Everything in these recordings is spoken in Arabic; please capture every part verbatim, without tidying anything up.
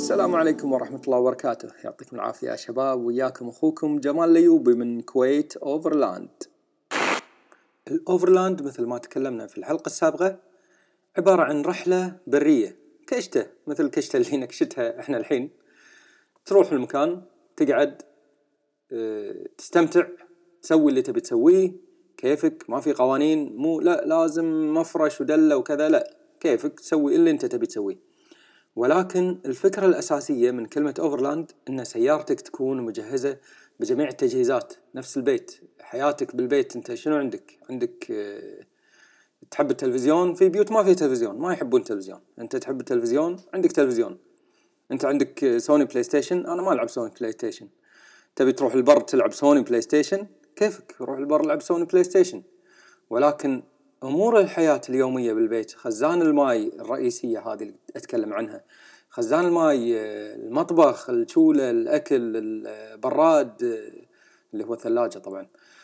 السلام عليكم ورحمة الله وبركاته. يعطيكم العافية يا شباب، وياكم أخوكم جمال ليوبي من كويت أوفرلاند. الأوفرلاند مثل ما تكلمنا في الحلقة السابقة عبارة عن رحلة برية كشتة، مثل الكشتة اللي نكشتها احنا الحين. تروح المكان، تقعد، تستمتع، تسوي اللي تبي تسويه كيفك، ما في قوانين، مو لا لازم مفرش ودلة وكذا، لا كيفك تسوي اللي انت تبي تسويه. ولكن الفكرة الأساسية من كلمة أوفرلاند إن سيارتك تكون مجهزة بجميع التجهيزات، نفس البيت، حياتك بالبيت. أنت شنو عندك؟ عندك أه تحب التلفزيون؟ في بيوت ما فيها تلفزيون، ما يحبون تلفزيون. أنت تحب التلفزيون، عندك تلفزيون. أنت عندك سوني بلاي ستيشن، أنا ما ألعب سوني بلاي ستيشن. تبي تروح البر تلعب سوني بلاي ستيشن، كيفك روح البر لعب سوني بلاي ستيشن. ولكن أمور الحياة اليومية بالبيت، خزان الماء الرئيسية هذه اللي أتكلم عنها، خزان الماء، المطبخ، الشولة، الأكل، البراد اللي هو الثلاجة طبعا،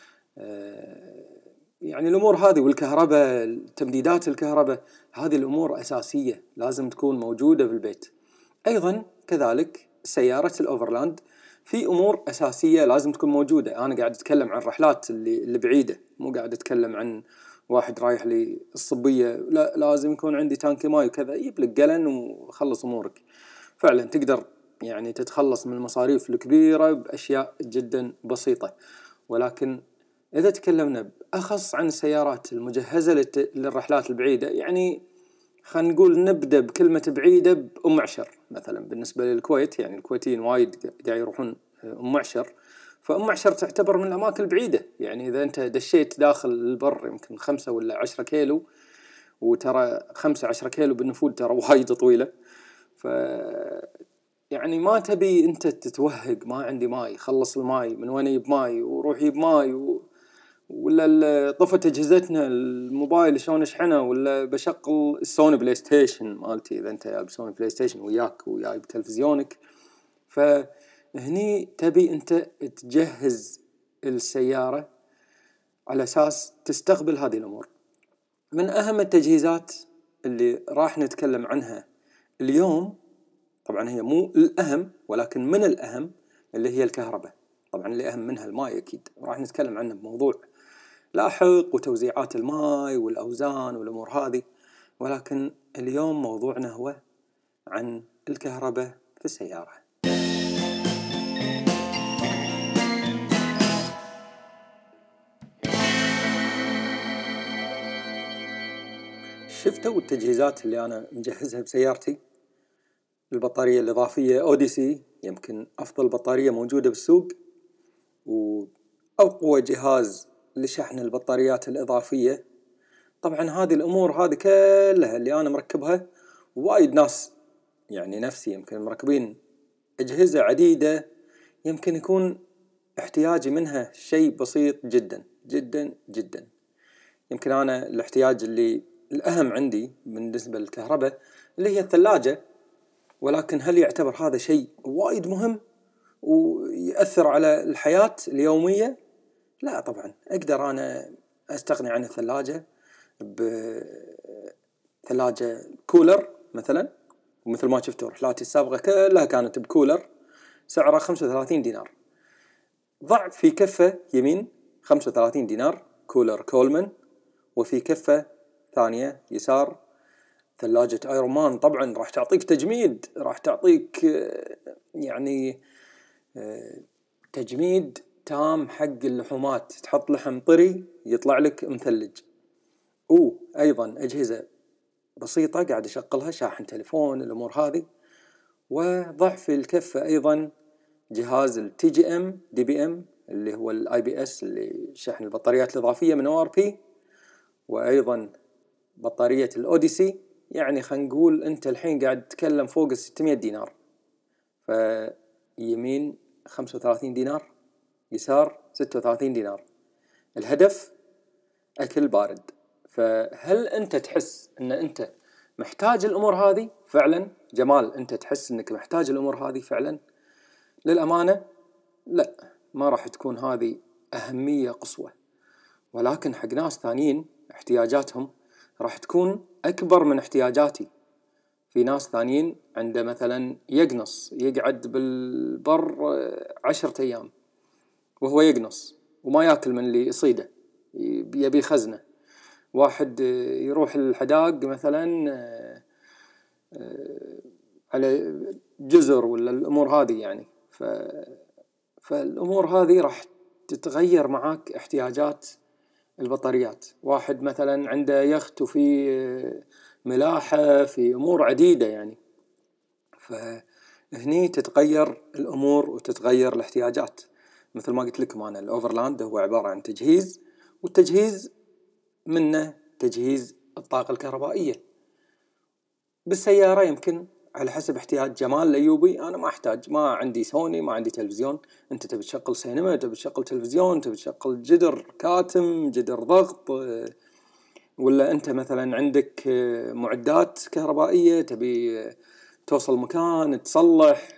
يعني الأمور هذه، والكهرباء، تمديدات الكهرباء، هذه الأمور أساسية لازم تكون موجودة في البيت. أيضا كذلك سيارة الأوفرلاند في أمور أساسية لازم تكون موجودة. أنا قاعد أتكلم عن الرحلات اللي, اللي بعيدة، مو قاعد أتكلم عن واحد رايح للصبية لا لازم يكون عندي تانك ماي وكذا. يجيب لك قلن وخلص أمورك. فعلا تقدر يعني تتخلص من المصاريف الكبيرة بأشياء جدا بسيطة. ولكن إذا تكلمنا بأخص عن السيارات المجهزة للت... للرحلات البعيدة، يعني خلينا نقول نبدأ بكلمة بعيدة بأم عشر مثلا. بالنسبة للكويت يعني الكويتيين وايد قاعد يروحون أم عشر، فأم عشر تعتبر من الأماكن البعيدة. يعني إذا أنت دشيت داخل البر يمكن خمسة ولا عشرة كيلو، وترى خمسة عشرة كيلو بالنفود ترى وايد طويلة. ف يعني ما تبي أنت تتوهق، ما عندي ماي، خلص الماي، من وين يجيب ماي، وروح يجيب ماي و... ولا طفت أجهزتنا الموبايل شلون نشحنه، ولا بشغل السوني بلاي ستيشن مالتي إذا أنت جايب سوني بلاي ستيشن وياك وياي بتلفزيونك. فهني تبي أنت تجهز السيارة على أساس تستقبل هذه الأمور. من أهم التجهيزات اللي راح نتكلم عنها اليوم، طبعا هي مو الأهم ولكن من الأهم، اللي هي الكهرباء. طبعا اللي أهم منها الماء أكيد، راح نتكلم عنه بموضوع لاحق، وتوزيعات الماء والأوزان والأمور هذه. ولكن اليوم موضوعنا هو عن الكهرباء في السيارة. شفتوا التجهيزات اللي أنا مجهزها بسيارتي؟ البطارية الإضافية أوديسي، يمكن أفضل بطارية موجودة بالسوق، وأقوى جهاز لشحن البطاريات الإضافية. طبعا هذه الأمور هذه كلها اللي أنا مركبها، وايد ناس يعني نفسي يمكن مركبين أجهزة عديدة، يمكن يكون احتياجي منها شيء بسيط جدا جدا جدا. يمكن أنا الاحتياج اللي الأهم عندي بالنسبة للكهرباء اللي هي الثلاجة. ولكن هل يعتبر هذا شيء وايد مهم ويأثر على الحياة اليومية؟ لا طبعا. أقدر أنا أستغني عن الثلاجة بثلاجة كولر مثلا، ومثل ما شفتوا رحلاتي السابقة كلها كانت بكولر سعره خمسة وثلاثين دينار. ضع في كفة يمين خمسة وثلاثين دينار كولر كولمان، وفي كفة ثانية يسار ثلاجة ايرون مان. طبعا راح تعطيك تجميد، راح تعطيك يعني تجميد تام حق اللحومات، تحط لحم طري يطلع لك مثلج. وأيضا أجهزة بسيطة قاعد أشغلها، شاحن تليفون، الأمور هذه. وضع في الكفة أيضا جهاز التي جي ام دي بي ام اللي هو الاي بي اس اللي شحن البطاريات الإضافية من او ار بي، وأيضا بطارية الأوديسي. يعني خلينا نقول أنت الحين قاعد تتكلم فوق ستمائة دينار. فيمين خمسة وثلاثين دينار، يسار ستة وثلاثين دينار. الهدف أكل بارد. فهل أنت تحس أن أنت محتاج الأمور هذه فعلا؟ جمال، أنت تحس أنك محتاج الأمور هذه فعلا؟ للأمانة لا، ما راح تكون هذه أهمية قصوى. ولكن حق ناس ثانيين احتياجاتهم راح تكون أكبر من احتياجاتي. في ناس ثانيين عنده مثلا يقنص، يقعد بالبر عشرة أيام وهو يقنص وما يأكل من اللي يصيده، يبي خزنة. واحد يروح الحداق مثلا على جزر ولا الأمور هذه يعني. ف... فالأمور هذه راح تتغير معاك احتياجات البطاريات. واحد مثلا عنده يخت وفي ملاحة، في أمور عديدة يعني. فهني تتغير الأمور وتتغير الاحتياجات. مثل ما قلت لكم أنا، الأوفرلاند هو عبارة عن تجهيز، والتجهيز منه تجهيز الطاقة الكهربائية. بالسيارة يمكن على حسب احتياج جمال الأيوبي، أنا ما أحتاج، ما عندي سوني، ما عندي تلفزيون. أنت تبي تشغل سينما، تبي تشغل تلفزيون، تبي تشغل جدر كاتم، جدر ضغط، ولا أنت مثلا عندك معدات كهربائية تبي توصل مكان تصلح،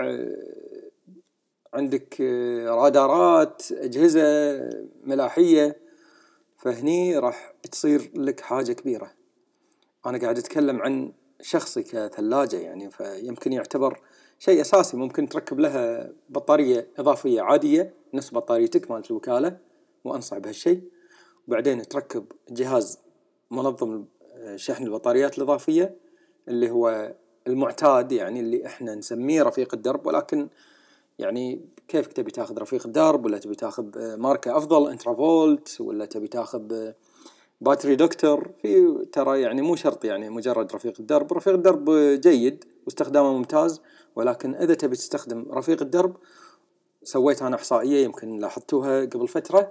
عندك رادارات، أجهزة ملاحية. فهني راح تصير لك حاجة كبيرة. أنا قاعد أتكلم عن شخصي كثلاجة يعني، فيمكن يعتبر شيء أساسي. ممكن تركب لها بطارية إضافية عادية نفس بطاريتك مالت الوكالة، وأنصح بهالشيء. وبعدين تركب جهاز منظم شحن البطاريات الإضافية اللي هو المعتاد يعني، اللي إحنا نسميه رفيق الدرب. ولكن يعني كيفك تبي تاخذ رفيق الدرب، ولا تبي تاخذ ماركة أفضل انترافولت، ولا تبي تاخذ باتري دكتور، في ترى يعني مو شرط يعني مجرد رفيق الدرب. رفيق الدرب جيد واستخدامه ممتاز، ولكن إذا تبي تستخدم رفيق الدرب، سويت أنا إحصائية يمكن لاحظتوها قبل فترة،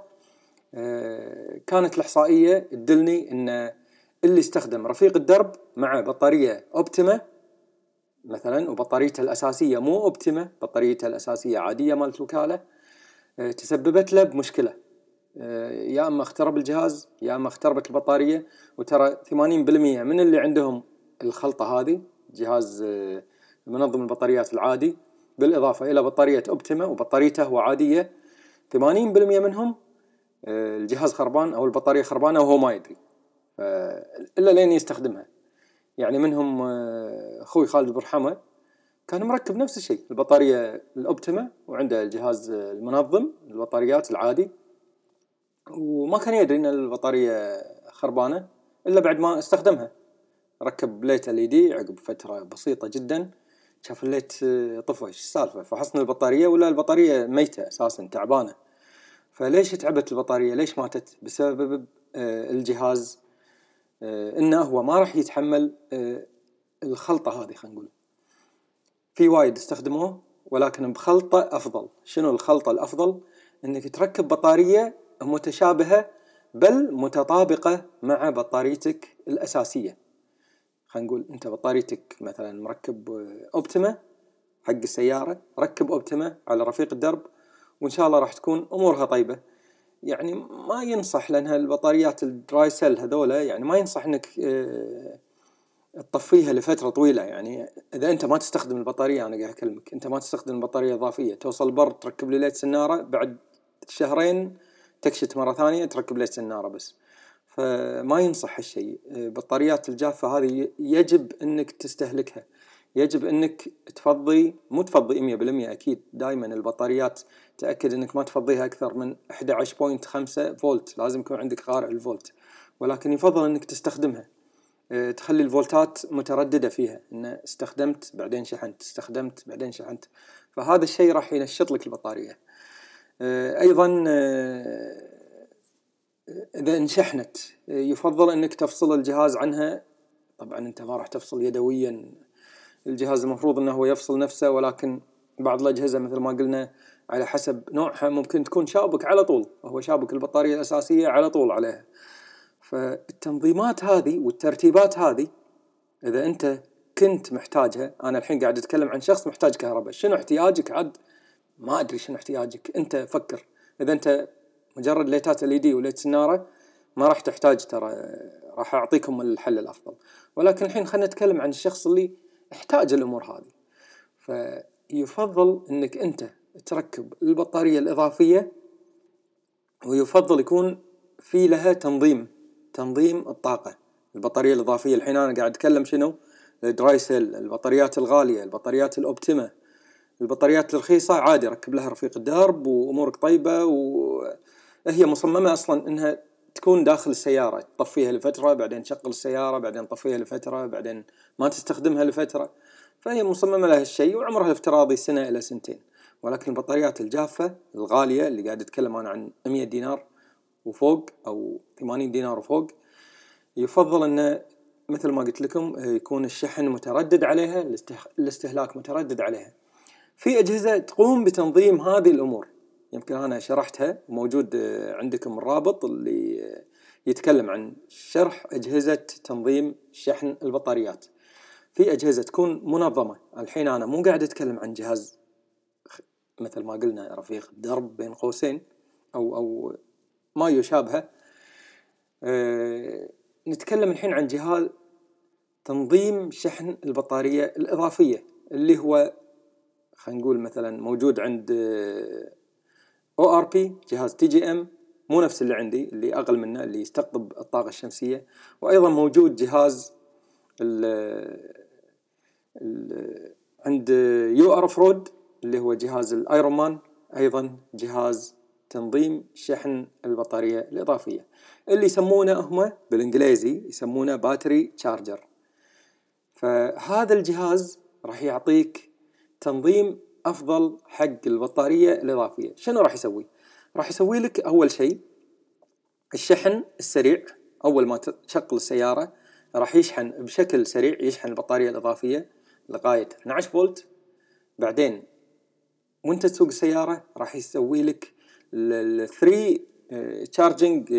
كانت الإحصائية تدلني إن اللي استخدم رفيق الدرب مع بطارية أوبتيما مثلا، وبطاريته الأساسية مو أوبتيما، بطاريته الأساسية عادية مالت وكالة، تسببت له بمشكلة. يا أما اخترب الجهاز يا أما اختربت البطارية. وترى ثمانين بالمئة من اللي عندهم الخلطة هذه، جهاز منظم البطاريات العادي بالإضافة إلى بطارية أوبتيما وبطاريته هو عادية، ثمانين بالمئة منهم الجهاز خربان أو البطارية خربانة وهو ما يدري، إلا لين يستخدمها. يعني منهم أخوي خالد برحمة كان مركب نفس الشيء، البطارية الأوبتيما وعنده الجهاز المنظم البطاريات العادي، وما كان يدري إن البطارية خربانة إلا بعد ما استخدمها. ركب ليت ال إي دي عقب فترة بسيطة جدا، شاف الليت طفى، إيش السالفة؟ فحصنا البطارية ولا البطارية ميتة أساسا، تعبانة. فليش تعبت البطارية؟ ليش ماتت؟ بسبب الجهاز، إنه هو ما راح يتحمل الخلطة هذه. خلينا نقول في وايد استخدموه، ولكن بخلطة أفضل. شنو الخلطة الأفضل؟ إنك تركب بطارية متشابهة بل متطابقة مع بطاريتك الأساسية. خلينا نقول أنت بطاريتك مثلا مركب أوبتيما حق السيارة، ركب أوبتيما على رفيق الدرب وإن شاء الله راح تكون أمورها طيبة. يعني ما ينصح، لأنها البطاريات الدراي سيل هذولا يعني ما ينصح إنك تطفيها لفترة طويلة. يعني إذا أنت ما تستخدم البطارية، أنا قاعد أكلمك أنت ما تستخدم البطارية إضافية، توصل بر تركب لي ليت سنارة، بعد شهرين تكشت مرة ثانية تركب ليت سنارة بس. فما ينصح هالشيء. بطاريات الجافة هذه يجب أنك تستهلكها، يجب أنك تفضي، مو تفضي مية بالمية أكيد. دائما البطاريات تأكد أنك ما تفضيها أكثر من أحد عشر فاصلة خمسة فولت، لازم يكون عندك قارئ الفولت. ولكن يفضل أنك تستخدمها، تخلي الفولتات مترددة فيها، إن استخدمت بعدين شحنت، استخدمت بعدين شحنت. فهذا الشيء راح ينشط لك البطارية. أيضا إذا انشحنت يفضل أنك تفصل الجهاز عنها. طبعا أنت ما راح تفصل يدويا، الجهاز المفروض أنه هو يفصل نفسه، ولكن بعض الأجهزة مثل ما قلنا على حسب نوعها ممكن تكون شابك على طول، وهو شابك البطارية الأساسية على طول عليها. فالتنظيمات هذه والترتيبات هذه إذا أنت كنت محتاجها، أنا الحين قاعد أتكلم عن شخص محتاج كهرباء، شنو احتياجك؟ عاد ما أدري شنو احتياجك. أنت فكر، إذا أنت مجرد ليتات ال إي دي وليت سنارة ما راح تحتاج، ترى راح أعطيكم الحل الأفضل. ولكن الحين خلينا نتكلم عن الشخص اللي احتاج الأمور هذه. فيفضل أنك أنت تركب البطارية الإضافية، ويفضل يكون في لها تنظيم تنظيم الطاقة. البطارية الإضافية الحين أنا قاعد أتكلم شنو؟ الدراي سيل، البطاريات الغالية، البطاريات الأوبتيما، البطاريات الرخيصة عادي ركب لها رفيق الدرب وأمورك طيبة، وهي مصممة أصلا أنها تكون داخل السيارة، تطفيها لفترة بعدين تشغل السيارة بعدين تطفيها لفترة بعدين ما تستخدمها لفترة، فهي مصممة لها الشيء وعمرها الافتراضي سنة إلى سنتين. ولكن البطاريات الجافة الغالية اللي قاعد أتكلم أنا عن مية دينار وفوق أو ثمانين دينار وفوق، يفضل أنه مثل ما قلت لكم يكون الشحن متردد عليها، الاستهلاك متردد عليها. في أجهزة تقوم بتنظيم هذه الأمور، يمكن أنا شرحتها، موجود عندكم الرابط اللي يتكلم عن شرح أجهزة تنظيم شحن البطاريات. في أجهزة تكون منظمة. الحين أنا مو قاعد أتكلم عن جهاز مثل ما قلنا رفيق الدرب بين قوسين أو أو ما يشابهه. أه نتكلم الحين عن جهاز تنظيم شحن البطارية الإضافية اللي هو خلينا نقول مثلا موجود عند أو آر بي، جهاز تي جي إم، مو نفس اللي عندي اللي أقل منه اللي يستقطب الطاقة الشمسية. وأيضا موجود جهاز ال ال عند يو آر فرود اللي هو جهاز الأيرون مان، أيضا جهاز تنظيم شحن البطارية الإضافية اللي يسمونه هم بالإنجليزي يسمونه باتري تشارجر. فهذا الجهاز راح يعطيك تنظيم أفضل حق البطارية الإضافية. شنو راح يسوي؟ راح يسوي لك أول شيء الشحن السريع. أول ما تشغل السيارة راح يشحن بشكل سريع، يشحن البطارية الإضافية لغاية اثنا عشر فولت. بعدين وانت تسوق السيارة راح يسوي لك الثري تشارجنج،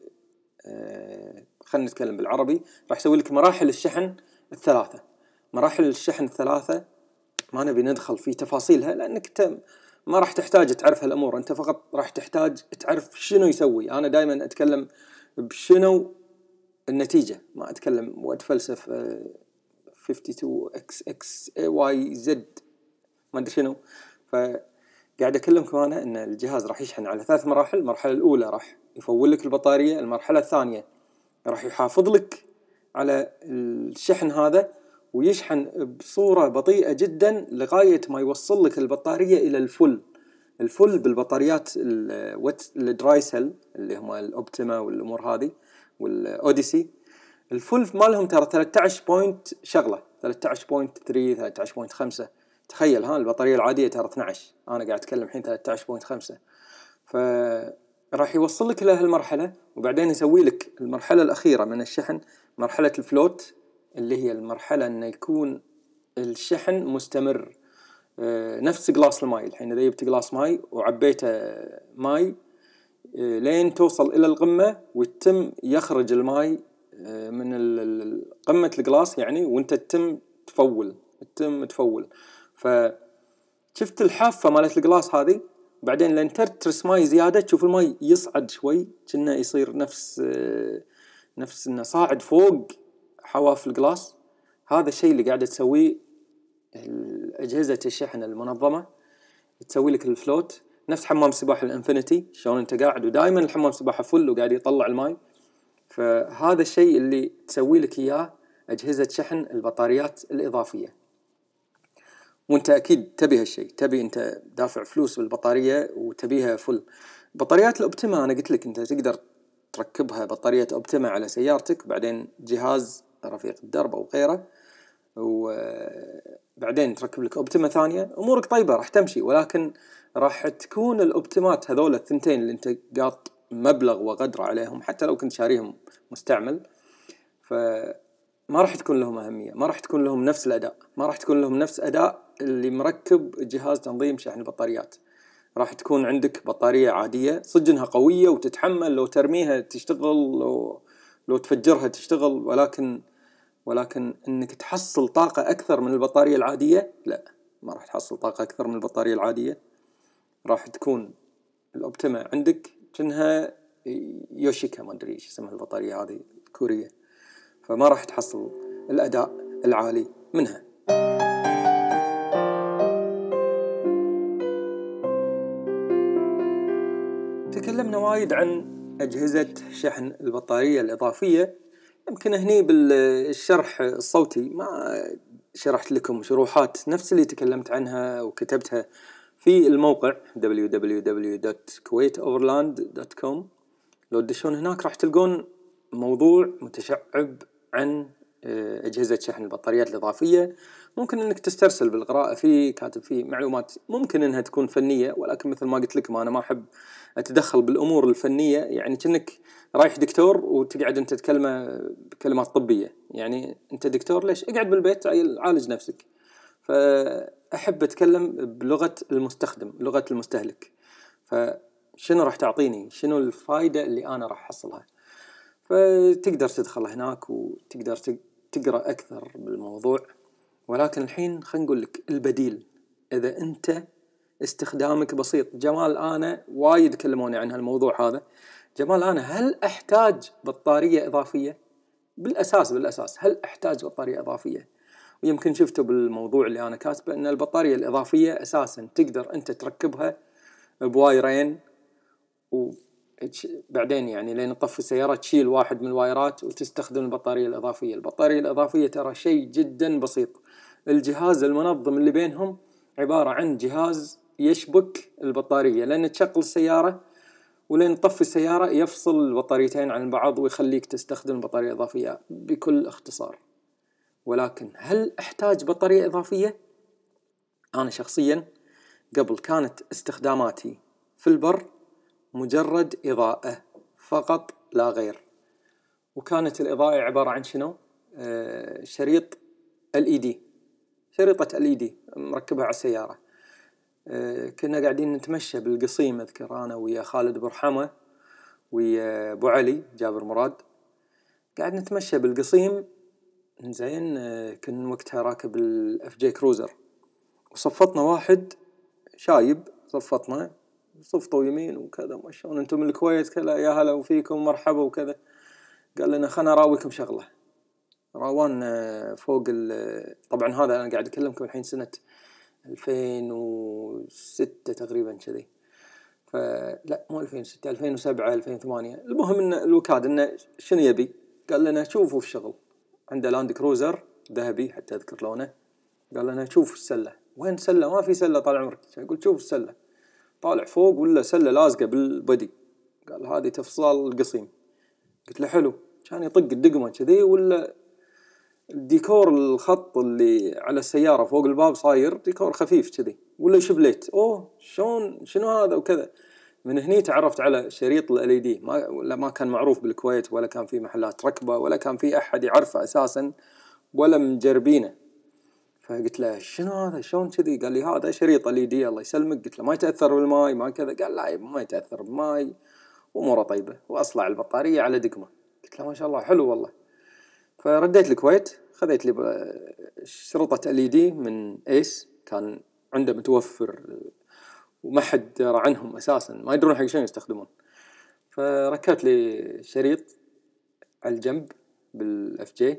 خلينا نتكلم بالعربي، راح يسوي لك مراحل الشحن الثلاثة. مراحل الشحن الثلاثة ما نبي ندخل في تفاصيلها لأنك انت ما راح تحتاج تعرف هالأمور، أنت فقط راح تحتاج تعرف شنو يسوي. أنا دائما أتكلم بشنو النتيجة، ما أتكلم وأتفلسف اثنين وخمسين إكس إكس واي زد ما أدري شنو. فقاعد أكلمكم أنا أن الجهاز راح يشحن على ثلاث مراحل. المرحلة الأولى راح يفول لك البطارية، المرحلة الثانية راح يحافظ لك على الشحن هذا ويشحن بصورة بطيئة جدا لغاية ما يوصل لك البطارية إلى الفل. الفل بالبطاريات الدراي سيل اللي هم الأوبتيما والأمور هذه والأوديسي، الفل مالهم ترى ثلاثة عشر بوينت شغلة، ثلاثة عشر بوينت ثلاثة ثلاثة عشر بوينت خمسة. تخيل ها، البطارية العادية ترى اثنا عشر، أنا قاعد أتكلم الحين ثلاثة عشر بوينت خمسة. فراح يوصل لك إلى هالمرحلة وبعدين يسوي لك المرحلة الأخيرة من الشحن، مرحلة الفلوت، اللي هي المرحلة أن يكون الشحن مستمر. أه نفس قلاص الماء. الحين إذا جبت قلاص ماء وعبيته ماء أه لين توصل إلى القمة ويتم يخرج الماء أه من قمة القلاص يعني، وانت تتم تفول تتم تفول. فشفت الحافة مالت القلاص هذه، بعدين لين ترترس ماء زيادة تشوف الماء يصعد شوي كأنه يصير نفس أه نفس إنه صاعد فوق حواف القلاص. هذا الشيء اللي قاعدة تسويه أجهزة الشحن المنظمة، تسوي لك الفلوت نفس حمام السباحة الانفينيتي، شلون انت قاعد ودائما الحمام السباحة فل وقاعد يطلع الماء. فهذا الشيء اللي تسوي لك إياه أجهزة شحن البطاريات الإضافية، وانت أكيد تبي هالشيء، تبي انت دافع فلوس بالبطارية وتبيها فل. بطاريات الأوبتيما أنا قلت لك انت تقدر تركبها بطارية أوبتيما على سيارتك، بعدين جهاز رفيق الدرب أو غيره، وبعدين تركب لك أوبتيما ثانية، أمورك طيبة راح تمشي. ولكن راح تكون الأوبتيمات هذول الثنتين اللي انت قاط مبلغ وقدر عليهم حتى لو كنت شاريهم مستعمل، فما راح تكون لهم أهمية، ما راح تكون لهم نفس الأداء، ما راح تكون لهم نفس أداء اللي مركب جهاز تنظيم شحن البطاريات. راح تكون عندك بطارية عادية صدقها قوية وتتحمل، لو ترميها تشتغل، لو لو تفجرها تشتغل، ولكن ولكن انك تحصل طاقة اكثر من البطارية العادية لا، ما راح تحصل طاقة اكثر من البطارية العادية. راح تكون الأوبتيما عندك كأنها يوشيكا، ما ادري ايش اسمها البطارية هذه الكورية، فما راح تحصل الأداء العالي منها. تكلمنا وايد عن أجهزة شحن البطارية الإضافية يمكن هني بالشرح الصوتي ما شرحت لكم شروحات نفس اللي تكلمت عنها وكتبتها في الموقع دبليو دبليو دبليو دوت كويت اوفرلاند دوت كوم. لو تدشون هناك راح تلقون موضوع متشعب عن أجهزة شحن البطاريات الإضافية. ممكن أنك تسترسل بالقراءة فيه، كاتب فيه معلومات ممكن أنها تكون فنية، ولكن مثل ما قلت لكم أنا ما أحب أتدخل بالأمور الفنية. يعني كأنك رايح دكتور وتقعد أنت تكلمه بكلمات طبية، يعني أنت دكتور ليش؟ اقعد بالبيت عالج نفسك. فأحب أتكلم بلغة المستخدم، لغة المستهلك. فشنو راح تعطيني؟ شنو الفائدة اللي أنا راح أحصلها؟ فتقدر تدخل هناك وتقدر تقرأ أكثر بالموضوع. ولكن الحين خلينا نقول لك البديل. إذا أنت استخدامك بسيط، جمال أنا وايد كلموني عن هالموضوع هذا. جمال أنا هل أحتاج بطارية إضافية؟ بالأساس بالأساس هل أحتاج بطارية إضافية؟ ويمكن شفتوا بالموضوع اللي أنا كاتبه أن البطارية الإضافية أساسا تقدر أنت تركبها بوايرين، وبعدين يعني لين تطفي السيارة تشيل واحد من الوايرات وتستخدم البطارية الإضافية. البطارية الإضافية ترى شيء جدا بسيط. الجهاز المنظم اللي بينهم عبارة عن جهاز يشبك البطارية، لأن تشغل السيارة ولين تطفي السيارة يفصل البطاريتين عن بعض ويخليك تستخدم بطارية إضافية بكل اختصار. ولكن هل أحتاج بطارية إضافية؟ أنا شخصيا قبل كانت استخداماتي في البر مجرد إضاءة فقط لا غير. وكانت الإضاءة عبارة عن شنو؟ آه شريط إل إي دي، شريطة إل إي دي مركبها على السيارة. آه كنا قاعدين نتمشى بالقصيم، أذكر أنا ويا خالد برحمة ويا أبو علي جابر مراد، قاعد نتمشى بالقصيم. زين آه كن وقتها راكب الأف جي كروزر، وصفتنا واحد شايب، صفتنا صفطوا يمين وكذا، ما شلون انتم من الكويت كذا، يا هلا وفيكم مرحبا وكذا. قال لنا خلنا اراويكم شغله. راوان فوق طبعا هذا انا قاعد اكلمكم الحين سنه ألفين وستة تقريبا كذي، فلا مو ألفين وستة، ألفين وسبعة ألفين وثمانية. المهم ان الوكاد انه شنو يبي، قال لنا شوفوا الشغل. عنده لاند كروزر ذهبي حتى اذكر لونه. قال لنا شوف السله. وين سله؟ ما في سله طال عمرك. يقول شوف السله. طالع فوق ولا سله لازقه بالبدي. قال هذه تفصيل القصيم. قلت له حلو. كان يطق الدقمه كذي ولا الديكور الخط اللي على السياره فوق الباب صاير ديكور خفيف كذي ولا شبليت. اوه شلون شنو هذا وكذا. من هني تعرفت على شريط ال إي دي. ما ولا ما كان معروف بالكويت، ولا كان في محلات ركبه، ولا كان في احد يعرفه اساسا، ولا مجربينه. فقلت له شنو هذا شلون كذي؟ قال لي هذا شريط إل إي دي الله يسلمك. قلت له ما يتاثر بالماء ما كذا؟ قال لا ما يتاثر بالماء واموره طيبه، واصلع البطاريه على دقمه. قلت له ما شاء الله حلو والله. فرديت الكويت، خذيت لي شرطه إل إي دي من ايس، كان عنده متوفر وما حد درى عنهم اساسا، ما يدرون حق شنو يستخدمون. فركبت لي شريط على الجنب بالاف جي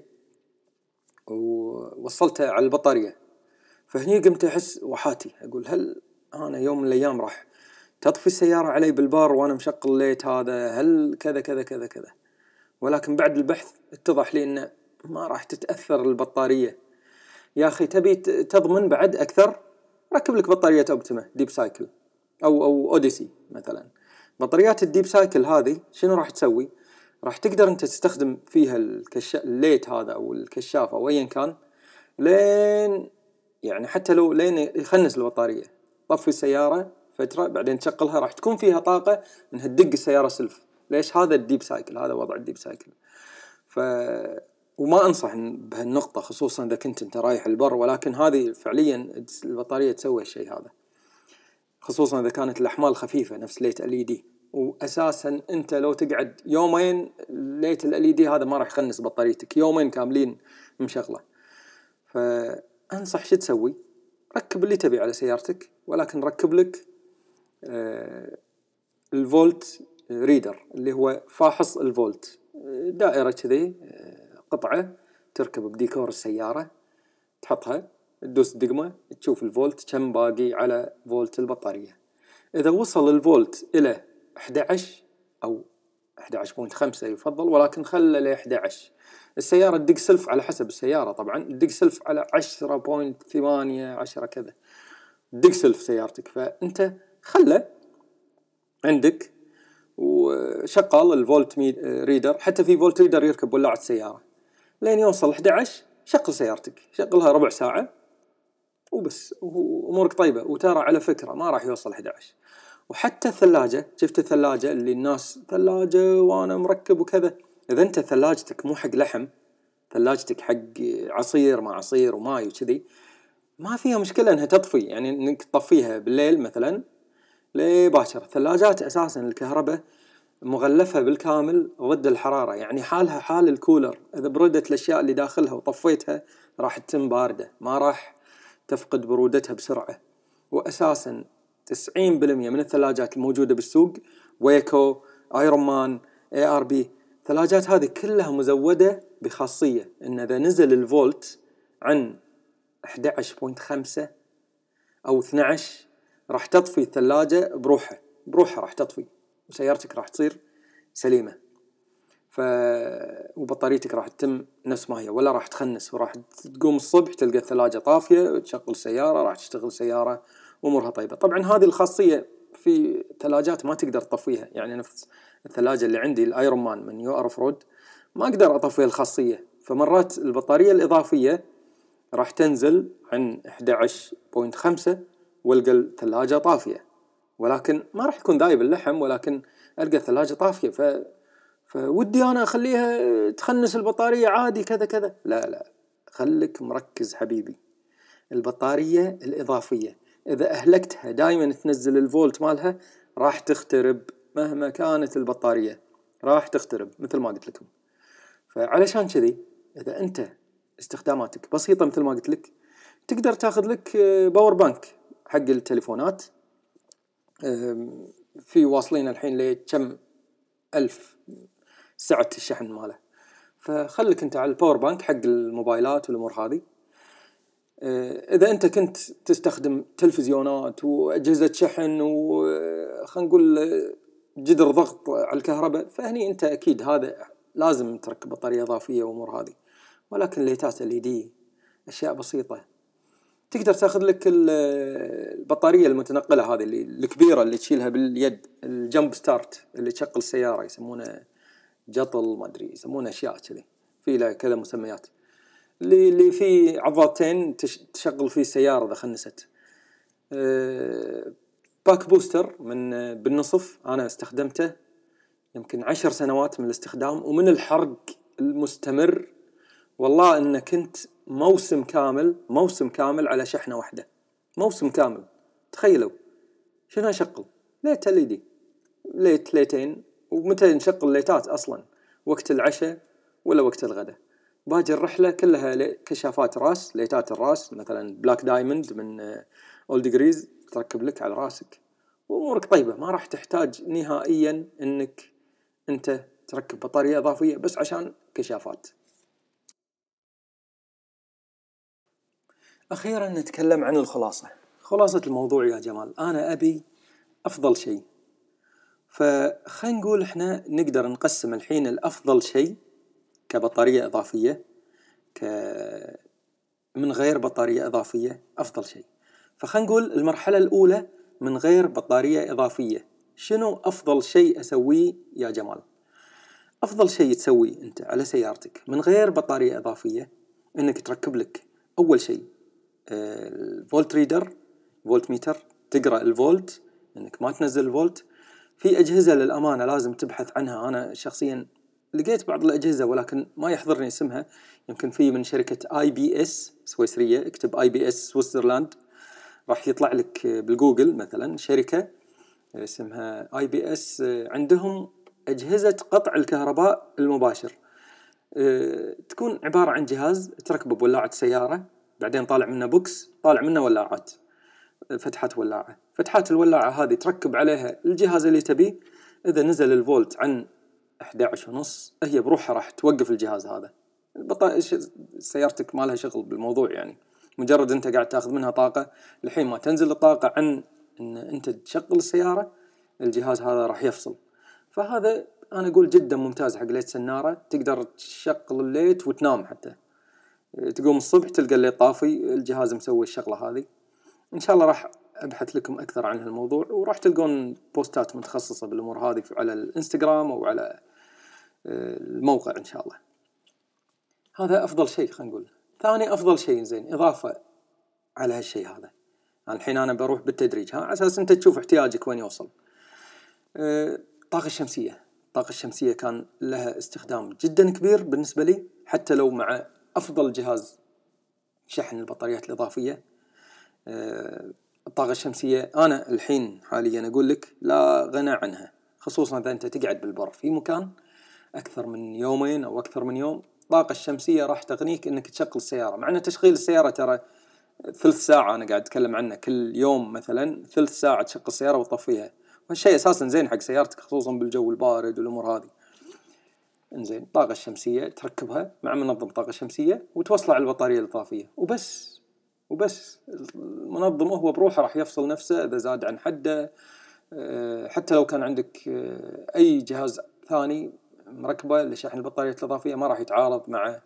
ووصلته على البطاريه. فهني قمت احس وحاتي، اقول هل انا يوم من الايام راح تطفي السياره علي بالبار وانا مشغل الليت هذا؟ هل كذا كذا كذا كذا؟ ولكن بعد البحث اتضح لي انه ما راح تتاثر البطاريه. يا اخي تبي تضمن بعد اكثر؟ ركب لك بطاريه اوبتيما ديب سايكل او او اوديسي مثلا. بطاريات الديب سايكل هذه شنو راح تسوي؟ راح تقدر انت تستخدم فيها الكشاف الليت هذا او الكشاف او ايا كان، لين يعني حتى لو لين يخنس البطاريه. طفي السياره فتره بعدين تشغلها، راح تكون فيها طاقه انها تدق السياره سلف. ليش؟ هذا الديب سايكل، هذا وضع الديب سايكل. ف وما انصح بهالنقطه خصوصا اذا كنت انت رايح البر، ولكن هذه فعليا البطاريه تسوي الشيء هذا، خصوصا اذا كانت الاحمال خفيفه نفس ليت ال إي دي. واساسا انت لو تقعد يومين ليت ال إي دي هذا ما راح يخنس بطاريتك، يومين كاملين مشغله. فانصح شو تسوي؟ ركب اللي تبي على سيارتك، ولكن ركب لك آه الفولت ريدر اللي هو فاحص الفولت، دائرة كذي قطعة تركب بديكور السيارة، تحطها تدوس دقمة تشوف الفولت كم باقي على فولت البطارية. إذا وصل الفولت إلى أحد عشر أو أحد عشر فاصلة خمسة يفضل، ولكن خله ل أحد عشر. السيارة تدق سلف على حسب السيارة طبعا، تدق سلف على عشرة فاصلة ثمانية عشرة كذا، تدق سلف سيارتك، فأنت خله عندك وشغل الفولت ريدر. حتى في فولت ريدر يركب ولاعة السيارة لين يوصل أحد عشر، شغل سيارتك، شغلها ربع ساعة وبس، وأمورك طيبة. وترى على فكرة ما راح يوصل أحد عشر. وحتى الثلاجة، شفت الثلاجة اللي الناس ثلاجة وأنا مركب وكذا، إذا أنت ثلاجتك مو حق لحم، ثلاجتك حق عصير مع عصير وماي وكذي، ما فيها مشكلة أنها تطفي، يعني أنك تطفيها بالليل مثلا لباشر. الثلاجات أساسا الكهرباء مغلفة بالكامل ضد الحرارة، يعني حالها حال الكولر، إذا بردت الأشياء اللي داخلها وطفيتها راح تتم باردة، ما راح تفقد برودتها بسرعة. وأساسا تسعين بالمئة من الثلاجات الموجودة بالسوق، ويكو، ايرون مان، اي ار بي، الثلاجات هذه كلها مزودة بخاصية ان اذا نزل الفولت عن أحد عشر فاصلة خمسة او اثني عشر راح تطفي الثلاجة بروحها بروحها راح تطفي، وسيارتك راح تصير سليمة. ف وبطاريتك راح تتم نفس ما هي، ولا راح تخنس، وراح تقوم الصبح تلقى الثلاجة طافية، تشغل السيارة راح تشتغل سيارة وامورها طيبة. طبعا هذه الخاصية في ثلاجات ما تقدر تطفيها، يعني نفس الثلاجة اللي عندي الايرون مان من يو ار اوف رود ما اقدر اطفي الخاصية، فمرات البطارية الاضافية راح تنزل عن أحد عشر فاصلة خمسة والقى الثلاجة طافية، ولكن ما راح يكون ذايب اللحم، ولكن القى الثلاجة طافية. ف فودي أنا أخليها تخنس البطارية عادي كذا كذا، لا لا، خلك مركز حبيبي. البطارية الإضافية إذا أهلكتها دائما تنزل الفولت مالها راح تخترب، مهما كانت البطارية راح تخترب مثل ما قلت لكم. فعلشان كذي إذا أنت استخداماتك بسيطة مثل ما قلت لك، تقدر تاخذ لك باور بانك حق التليفونات، في واصلين الحين لكم ألف سعة الشحن ماله، فخلك انت على الباور بانك حق الموبايلات والامور هذه. اذا انت كنت تستخدم تلفزيونات واجهزة شحن وخلينا نقول جدر ضغط على الكهرباء، فهني انت اكيد هذا لازم تركب بطارية اضافية وامور هذه. ولكن ليتات ال إي دي اشياء بسيطة، تقدر تاخذ لك البطارية المتنقلة هذه اللي الكبيرة اللي تشيلها باليد، الجمب ستارت اللي تشغل السيارة، يسمونه جطل ما ادري يسمونه اشياء كذي، في له كذا مسميات، اللي اللي فيه عضلتين تشغل فيه السيارة اذا خنست. أه باك بوستر من بالنصف انا استخدمته يمكن عشر سنوات من الاستخدام ومن الحرق المستمر، والله ان كنت موسم كامل موسم كامل على شحنة واحدة، موسم كامل. تخيلوا شنو اشغل ليت ال إي دي، ليت ليتين. ومتى نشغل ليتات اصلا؟ وقت العشاء ولا وقت الغداء. باجي الرحله كلها كشافات راس، ليتات الراس مثلا بلاك دايموند من اول ديجريز تركب لك على راسك وامورك طيبه، ما راح تحتاج نهائيا انك انت تركب بطاريه اضافيه بس عشان كشافات. اخيرا نتكلم عن الخلاصه. خلاصه الموضوع يا جمال، انا ابي افضل شيء. فخلينا نقول احنا نقدر نقسم الحين الافضل شيء كبطارية إضافية، ك من غير بطارية إضافية أفضل شيء. فخلينا نقول المرحلة الأولى من غير بطارية إضافية، شنو أفضل شيء أسويه يا جمال؟ أفضل شيء تسويه أنت على سيارتك من غير بطارية إضافية إنك تركب لك أول شيء الفولت ريدر، فولت ميتر، تقرأ الفولت، إنك ما تنزل الفولت. في أجهزة للأمانة لازم تبحث عنها، أنا شخصياً لقيت بعض الأجهزة ولكن ما يحضرني اسمها، يمكن في من شركة آي بي إس سويسرية، اكتب آي بي إس سويسرلاند راح يطلع لك بالجوجل مثلا شركة اسمها آي بي إس، عندهم أجهزة قطع الكهرباء المباشر، تكون عبارة عن جهاز تركبه بولاعة سيارة، بعدين طالع منه بوكس، طالع منه ولاعات، فتحات ولاعة، فتحات الولاعة هذه تركب عليها الجهاز اللي تبيه. إذا نزل الفولت عن أحد عشر ونص هي بروحها راح توقف الجهاز هذا. البطارية سيارتك ما لها شغل بالموضوع، يعني مجرد أنت قاعد تأخذ منها طاقة، الحين ما تنزل الطاقة عن أن أنت تشغل السيارة الجهاز هذا راح يفصل. فهذا انا اقول جدا ممتاز حق ليت سناره، تقدر تشغل الليت وتنام حتى، تقوم الصبح تلقى الليت طافي، الجهاز مسوي الشغله هذه. ان شاء الله راح ابحث لكم اكثر عن هالموضوع، وراح تلقون بوستات متخصصه بالامور هذه على الانستغرام او على الموقع ان شاء الله. هذا افضل شيء خلينا نقول. ثاني افضل شيء زين اضافه على هالشيء هذا، يعني الحين انا بروح بالتدريج ها على اساس انت تشوف احتياجك وين يوصل. الطاقه الشمسيه، الطاقه الشمسيه كان لها استخدام جدا كبير بالنسبه لي، حتى لو مع افضل جهاز شحن البطاريات الاضافيه. الطاقه الشمسيه انا الحين حاليا اقول لك لا غنى عنها، خصوصا اذا انت تقعد بالبر في مكان اكثر من يومين او اكثر من يوم. الطاقه الشمسيه راح تغنيك انك تشغل السياره، مع ان تشغيل السياره ترى ثلث ساعه، انا قاعد اتكلم عنه كل يوم مثلا ثلث ساعه تشغل السياره وتطفيها، وهالشيء اساسا زين حق سيارتك خصوصا بالجو البارد والامور هذه. انزين الطاقه الشمسيه تركبها مع منظم طاقه شمسيه وتوصله على البطاريه الاضافيه وبس وبس. المنظم هو بروحه راح يفصل نفسه اذا زاد عن حده. حتى لو كان عندك اي جهاز ثاني مركبه لشحن البطاريات الاضافيه ما راح يتعارض مع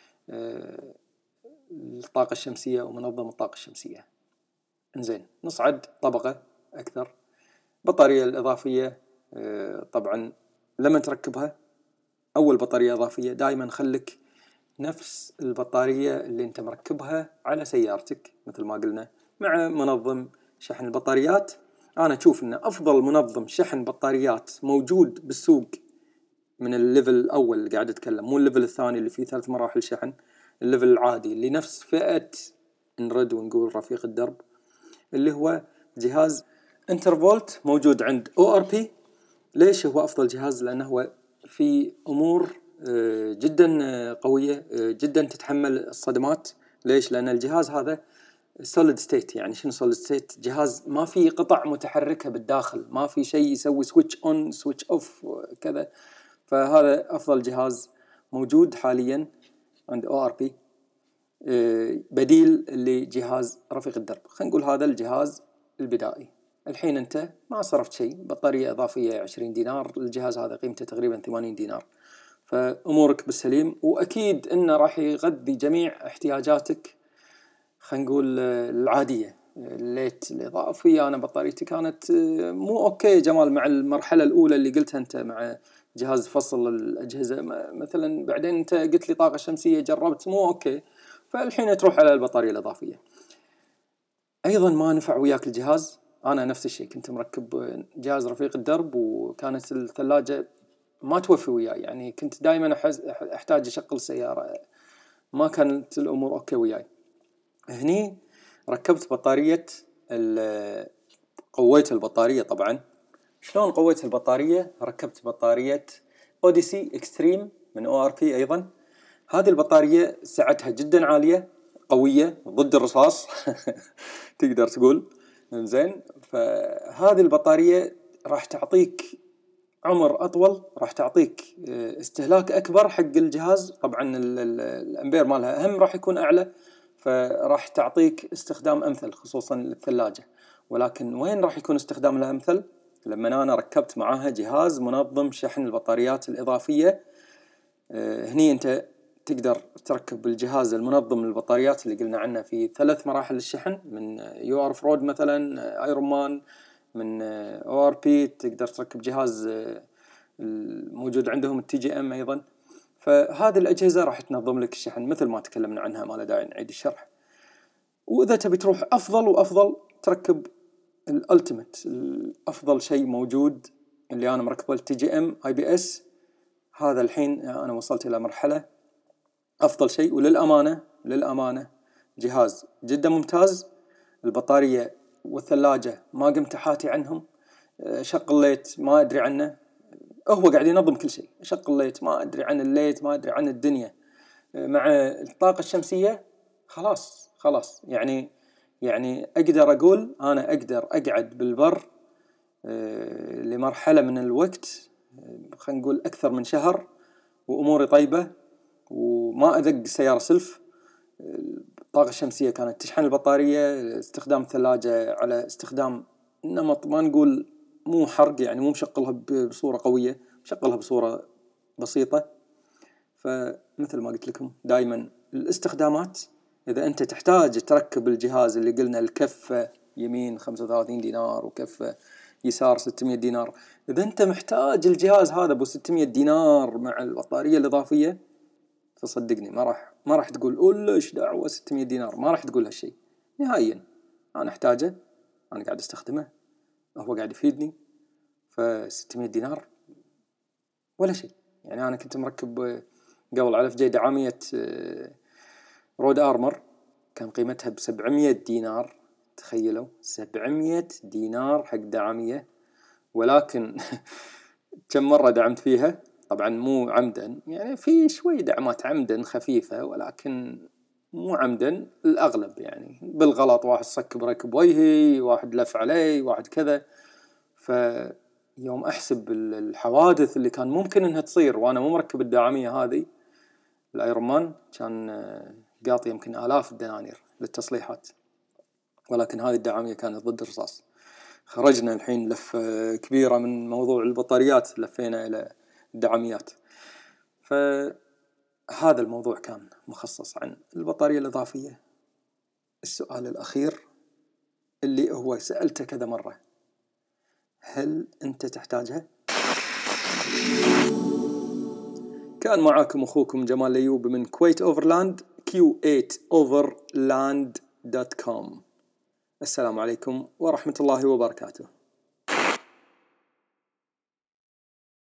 الطاقه الشمسيه ومنظم الطاقه الشمسيه. انزين نصعد طبقه اكثر. البطاريه الاضافيه طبعا لما تركبها اول بطاريه اضافيه دائما خلك نفس البطاريه اللي انت مركبها على سيارتك مثل ما قلنا مع منظم شحن البطاريات. انا اشوف ان افضل منظم شحن بطاريات موجود بالسوق من الليفل الاول اللي قاعد اتكلم، مو الليفل الثاني اللي فيه ثلاث مراحل شحن، الليفل العادي اللي نفس فئه نرد ونقول رفيق الدرب، اللي هو جهاز انترفولت موجود عند او ار بي. ليش هو افضل جهاز؟ لانه هو في امور جدا قويه جدا تتحمل الصدمات. ليش؟ لان الجهاز هذا سوليد ستيت. يعني شنو سوليد ستيت؟ جهاز ما في قطع متحركه بالداخل، ما في شيء يسوي سويتش اون سويتش اوف كذا. فهذا افضل جهاز موجود حاليا عند او ار بي، بديل لجهاز رفيق الدرب. خلينا نقول هذا الجهاز البدائي. الحين انت ما صرفت شيء، بطاريه اضافيه عشرين دينار، الجهاز هذا قيمته تقريبا ثمانين دينار، فامورك بالسليم، واكيد انه راح يغذي جميع احتياجاتك. خلينا نقول العاديه. الليت الاضافي انا بطاريتي كانت مو اوكي جمال مع المرحله الاولى اللي قلتها انت مع جهاز فصل الاجهزه مثلا، بعدين انت قلت لي طاقه شمسيه جربت مو اوكي، فالحين تروح على البطاريه الاضافيه. ايضا ما نفع وياك الجهاز. انا نفس الشيء كنت مركب جهاز رفيق الدرب وكانت الثلاجه ما توفي وياي، يعني كنت دائما احتاج اشغل السياره، ما كانت الامور اوكي وياي. هني ركبت بطاريه، قويت البطاريه. طبعا شلون قويت البطاريه؟ ركبت بطاريه اوديسي اكستريم من او ار بي. ايضا هذه البطاريه سعتها جدا عاليه، قويه ضد الرصاص تقدر تقول. زين فهذه البطاريه راح تعطيك عمر اطول، راح تعطيك استهلاك اكبر حق الجهاز. طبعا الامبير مالها هم راح يكون اعلى، فراح تعطيك استخدام امثل خصوصا للثلاجه. ولكن وين راح يكون استخدام لها امثل؟ لما انا ركبت معاها جهاز منظم شحن البطاريات الاضافيه. هني انت تقدر تركب الجهاز المنظم للبطاريات اللي قلنا عنه في ثلاث مراحل الشحن، من يو ار فرود مثلا، ايرون مان، من او ار بي. تقدر تركب جهاز موجود عندهم التي جي ام ايضا. فهذه الاجهزه راح تنظم لك الشحن مثل ما تكلمنا عنها، ما له داعي نعيد الشرح. واذا تبي تروح افضل وافضل تركب الالتيميت، افضل شيء موجود اللي انا مركبه التي جي ام اي بي اس. هذا الحين انا وصلت الى مرحله افضل شيء، وللامانه للامانه جهاز جدا ممتاز. البطاريه والثلاجه ما قمت حاتي عنهم. شغل ليت ما ادري عنه، هو قاعد ينظم كل شيء. شغل ليت ما ادري عن الليت، ما ادري عن الدنيا. مع الطاقه الشمسيه خلاص خلاص يعني يعني اقدر اقول انا اقدر اقعد بالبر لمرحله من الوقت، خلينا نقول اكثر من شهر، واموري طيبه وما ادق سياره سلف. الطاقه الشمسيه كانت تشحن البطاريه، استخدام الثلاجه على استخدام نمط ما نقول مو حرق، يعني مو مشغلها بصوره قويه، شغلها بصورة بسيطة. فمثل ما قلت لكم دائما الاستخدامات، إذا أنت تحتاج تركب الجهاز اللي قلنا الكفة يمين خمسة وثلاثين دينار وكفة يسار ستمية دينار، إذا أنت محتاج الجهاز هذا ب ستمية دينار مع البطارية الإضافية، فصدقني ما راح ما راح تقول أولا إيش دعوة ستمية دينار، ما راح تقول هالشيء نهائيا. أنا أحتاجه، أنا قاعد استخدمه، هو قاعد يفيدني، فستمية دينار ولا شيء. يعني أنا كنت مركب قبل على فجأة دعامية رود آرمر كان قيمتها بسبعمية دينار، تخيلوا سبعمية دينار حق دعامية، ولكن كم مرة دعمت فيها، طبعا مو عمدا، يعني في شوي دعمات عمدا خفيفة ولكن مو عمدا، الأغلب يعني بالغلط، واحد صك بركب وجهي، واحد لف علي، واحد كذا. فيوم أحسب الحوادث اللي كان ممكن إنها تصير وأنا مو مركب الدعامية هذه الأيرون مان، كان قاطي يمكن آلاف الدنانير للتصليحات، ولكن هذه الدعامية كانت ضد الرصاص. خرجنا الحين لفة كبيرة من موضوع البطاريات، لفينا إلى الدعاميات. فهذا الموضوع كان مخصص عن البطارية الإضافية. السؤال الأخير اللي هو سألته كذا مرة، هل أنت تحتاجها؟ كان معاكم أخوكم جمال أيوب من كويت أوفرلاند كيو ثمانية أوفرلاند دوت كوم. السلام عليكم ورحمة الله وبركاته.